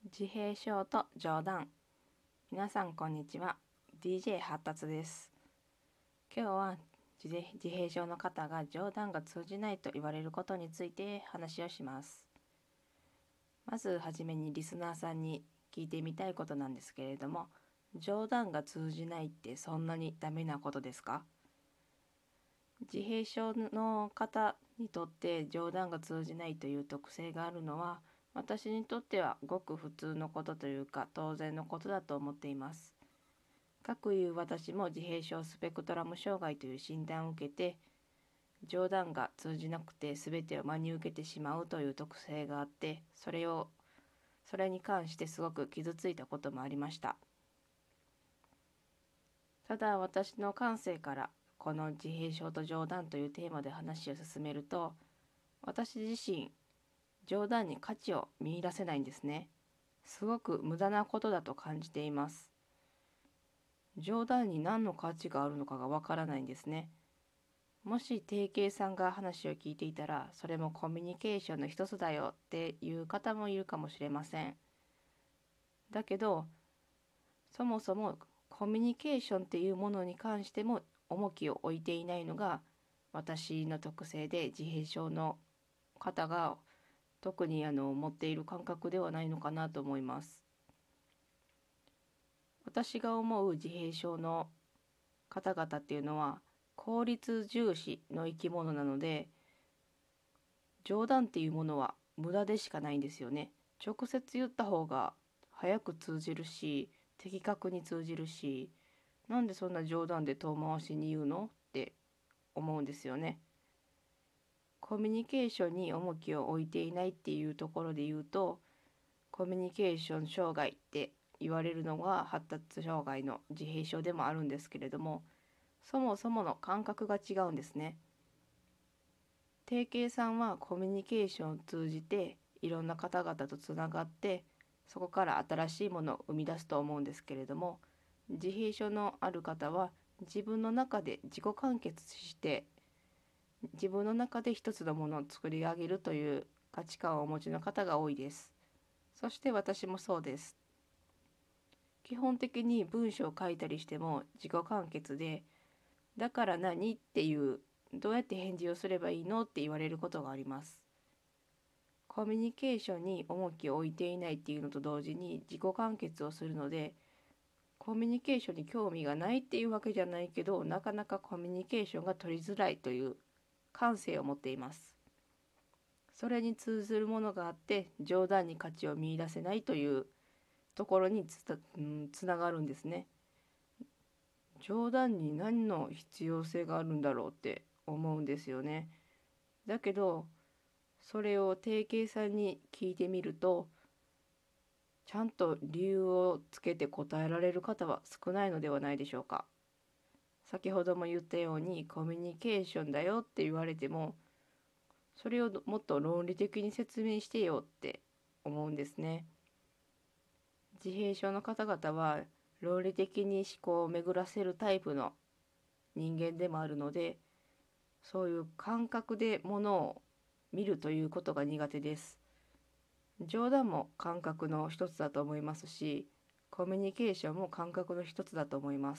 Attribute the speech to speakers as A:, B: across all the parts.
A: 自閉症と冗談。皆さんこんにちは。 DJ 発達です。今日は自閉症の方が冗談が通じないと言われることについて話をします。まずはじめにリスナーさんに聞いてみたいことなんですけれども、冗談が通じないってそんなにダメなことですか？自閉症の方にとって冗談が通じないという特性があるのは、私にとってはごく普通のことというか当然のことだと思っています。かくいう私も自閉症スペクトラム障害という診断を受けて、冗談が通じなくて全てを真に受けてしまうという特性があって、それに関してすごく傷ついたこともありました。ただ私の感性からこの自閉症と冗談というテーマで話を進めると、私自身冗談に価値を見出せないんですね。すごく無駄なことだと感じています。冗談に何の価値があるのかがわからないんですね。もし定型さんが話を聞いていたら、それもコミュニケーションの一つだよっていう方もいるかもしれません。だけど、そもそもコミュニケーションっていうものに関しても重きを置いていないのが私の特性で、自閉症の方が特に持っている感覚ではないのかなと思います。私が思う自閉症の方々っていうのは効率重視の生き物なので、冗談っていうものは無駄でしかないんですよね。直接言った方が早く通じるし、的確に通じるし、なんでそんな冗談で遠回しに言うのって思うんですよね。コミュニケーションに重きを置いていないっていうところで言うと、コミュニケーション障害って言われるのが発達障害の自閉症でもあるんですけれども、そもそもの感覚が違うんですね。定型さんはコミュニケーションを通じていろんな方々とつながって、そこから新しいものを生み出すと思うんですけれども、自閉症のある方は自分の中で自己完結して、自分の中で一つのものを作り上げるという価値観をお持ちの方が多いです。そして私もそうです。基本的に文章を書いたりしても自己完結で、だから何っていう、どうやって返事をすればいいのって言われることがあります。コミュニケーションに重きを置いていないっていうのと同時に自己完結をするので、コミュニケーションに興味がないっていうわけじゃないけど、なかなかコミュニケーションが取りづらいという感性を持っています。それに通ずるものがあって、冗談に価値を見出せないというところにつながるんですね。冗談に何の必要性があるんだろうって思うんですよね。だけど、それを定型さんに聞いてみると、ちゃんと理由をつけて答えられる方は少ないのではないでしょうか。先ほども言ったようにコミュニケーションだよって言われても、それをもっと論理的に説明してよって思うんですね。自閉症の方々は論理的に思考を巡らせるタイプの人間でもあるので、そういう感覚でものを見るということが苦手です。冗談も感覚の一つだと思いますし、コミュニケーションも感覚の一つだと思います。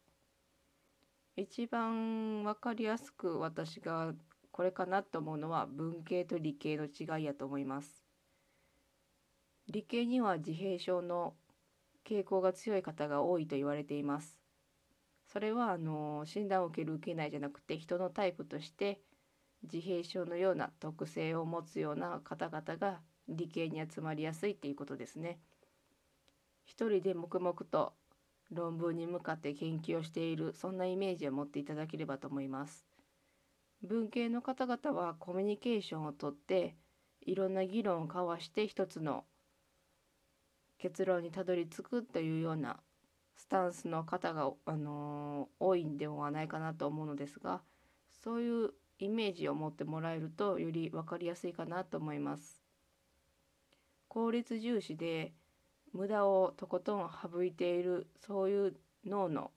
A: 一番わかりやすく私がこれかなと思うのは文系と理系の違いやと思います。理系には自閉症の傾向が強い方が多いと言われています。それは診断を受ける受けないじゃなくて、人のタイプとして自閉症のような特性を持つような方々が理系に集まりやすいっていうことですね。一人で黙々と論文に向かって研究をしている、そんなイメージを持っていただければと思います。文系の方々はコミュニケーションをとって、いろんな議論を交わして一つの結論にたどり着くというようなスタンスの方が、多いんではないかなと思うのですが、そういうイメージを持ってもらえるとより分かりやすいかなと思います。効率重視で無駄をとことん省いている、そういう脳の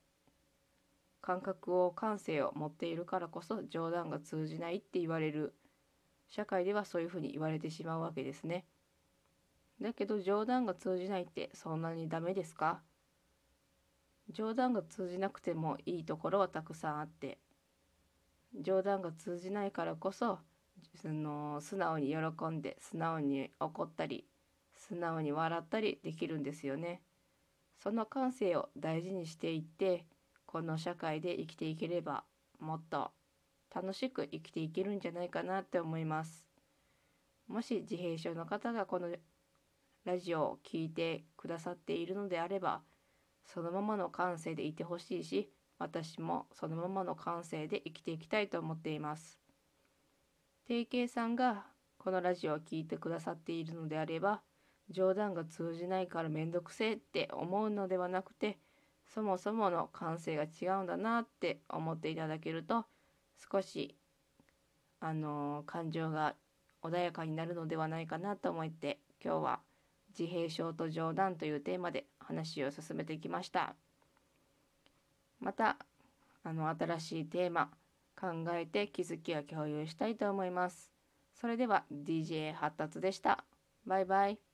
A: 感性を持っているからこそ冗談が通じないって言われる社会では、そういうふうに言われてしまうわけですね。 だけど冗談が通じないってそんなにダメですか？冗談が通じなくてもいいところはたくさんあって、冗談が通じないからこそ、素直に喜んで、素直に怒ったり、素直に笑ったりできるんですよね。その感性を大事にしていって、この社会で生きていければ、もっと楽しく生きていけるんじゃないかなって思います。もし自閉症の方がこのラジオを聞いてくださっているのであれば、そのままの感性でいてほしいし、私もそのままの感性で生きていきたいと思っています。定型さんがこのラジオを聞いてくださっているのであれば、冗談が通じないからめんどくせえって思うのではなくて、そもそもの感性が違うんだなって思っていただけると、少し感情が穏やかになるのではないかなと思って、今日は自閉症と冗談というテーマで話を進めてきました。また新しいテーマ考えて気づきを共有したいと思います。それでは DJ 発達でした。バイバイ。